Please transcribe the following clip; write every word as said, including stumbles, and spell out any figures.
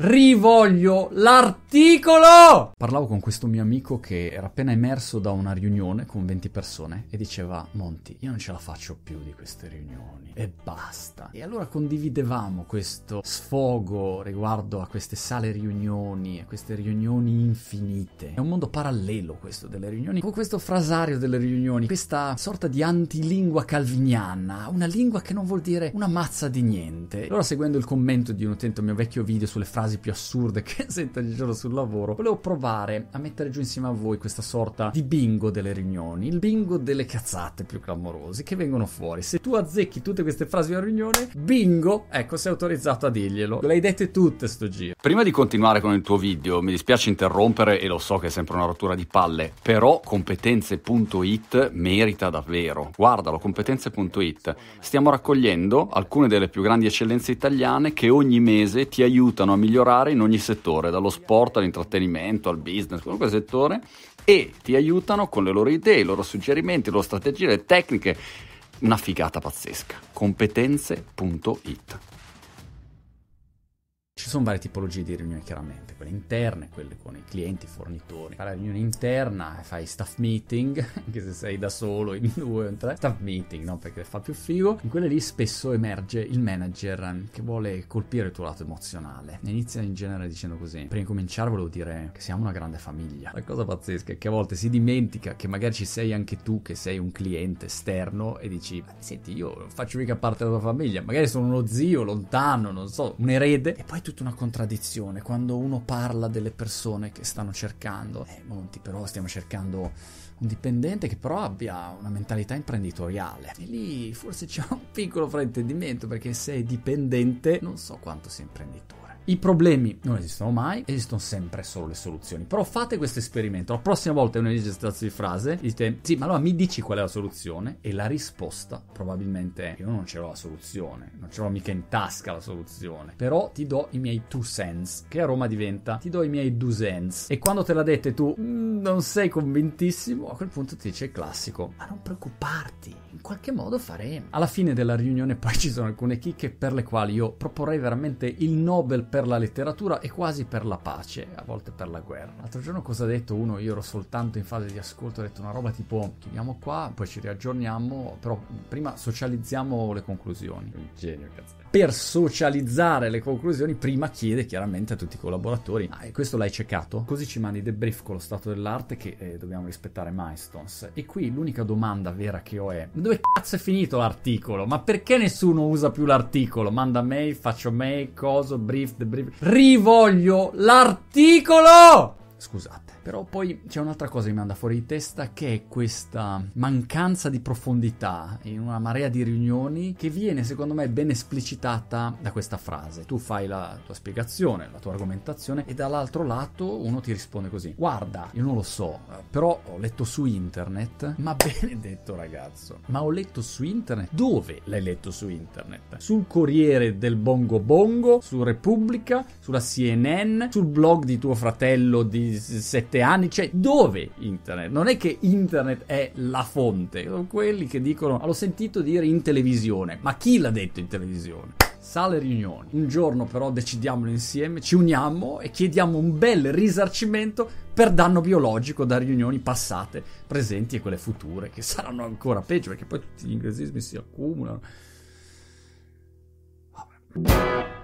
Rivoglio l'articolo! Parlavo con questo mio amico che era appena emerso da una riunione con venti persone e diceva: Monti, io non ce la faccio più di queste riunioni e basta. E allora condividevamo questo sfogo riguardo a queste sale riunioni, a queste riunioni infinite. È un mondo parallelo questo delle riunioni, con questo frasario delle riunioni, questa sorta di antilingua calviniana, una lingua che non vuol dire una mazza di niente. Allora, seguendo il commento di un utente al mio vecchio video sulle frasi più assurde che sento ogni giorno sul lavoro, volevo provare a mettere giù insieme a voi questa sorta di bingo delle riunioni, il bingo delle cazzate più clamorose che vengono fuori. Se tu azzecchi tutte queste frasi a riunione, bingo, ecco, sei autorizzato a dirglielo. Le hai dette tutte sto giro. Prima di continuare con il tuo video, mi dispiace interrompere e lo so che è sempre una rottura di palle, però competenze punto it merita davvero. Guardalo, competenze punto it. Stiamo raccogliendo alcune delle più grandi eccellenze italiane che ogni mese ti aiutano a migliorare in ogni settore, dallo sport all'intrattenimento, al business, qualunque settore, e ti aiutano con le loro idee, i loro suggerimenti, le loro strategie, le tecniche. Una figata pazzesca. competenze punto it. Ci sono varie tipologie di riunioni, chiaramente, quelle interne, quelle con i clienti, i fornitori. Fai la riunione interna, fai staff meeting, anche se sei da solo, in due o in tre. Staff meeting, no? Perché fa più figo. In quelle lì spesso emerge il manager che vuole colpire il tuo lato emozionale. Inizia in genere dicendo così: prima di cominciare volevo dire che siamo una grande famiglia. La cosa pazzesca è che a volte si dimentica che magari ci sei anche tu, che sei un cliente esterno, e dici: senti, io non faccio mica parte della tua famiglia, magari sono uno zio lontano, non so, un erede. E poi tutta una contraddizione quando uno parla delle persone che stanno cercando. Eh, Monti, però stiamo cercando un dipendente che però abbia una mentalità imprenditoriale. E lì forse c'è un piccolo fraintendimento, perché se è dipendente non so quanto sia imprenditore. I problemi non esistono mai, esistono sempre solo le soluzioni. Però fate questo esperimento. La prossima volta uno dice questa frase, dite: sì, ma allora mi dici qual è la soluzione? E la risposta probabilmente è: io non ce l'ho la soluzione, non ce l'ho mica in tasca la soluzione, però ti do i miei two cents, che a Roma diventa ti do i miei due cents. E quando te l'ha dette tu mm, non sei convintissimo, a quel punto ti dice il classico: ma non preoccuparti, in qualche modo faremo. Alla fine della riunione poi ci sono alcune chicche per le quali io proporrei veramente il Nobel per la letteratura e quasi per la pace, a volte per la guerra. L'altro giorno cosa ha detto uno? Io ero soltanto in fase di ascolto, ho detto una roba tipo: chiudiamo qua, poi ci riaggiorniamo, però prima socializziamo le conclusioni. Un genio, cazzo. Per socializzare le conclusioni prima chiede chiaramente a tutti i collaboratori: ah, e questo l'hai checkato? Così ci mandi debrief con lo stato dell'arte, che eh, dobbiamo rispettare milestones. E qui l'unica domanda vera che ho è: dove cazzo è finito l'articolo? Ma perché nessuno usa più l'articolo? Manda mail, faccio mail, coso, brief, debrief. Rivoglio l'articolo! Scusate, però poi c'è un'altra cosa che mi manda fuori di testa, che è questa mancanza di profondità in una marea di riunioni, che viene secondo me ben esplicitata da questa frase. Tu fai la tua spiegazione, la tua argomentazione, e dall'altro lato uno ti risponde così: guarda, io non lo so, però ho letto su internet. Ma benedetto ragazzo, ma ho letto su internet? Dove l'hai letto su internet? Sul Corriere del Bongo Bongo? Su Repubblica? Sulla C N N? Sul blog di tuo fratello di sette anni? Cioè, dove internet? Non è che internet è la fonte, sono quelli che dicono: l'ho sentito dire in televisione. Ma chi l'ha detto in televisione? Sale riunioni. Un giorno però decidiamolo insieme, ci uniamo e chiediamo un bel risarcimento per danno biologico da riunioni passate, presenti e quelle future, che saranno ancora peggio, perché poi tutti gli inglesismi si accumulano. Vabbè.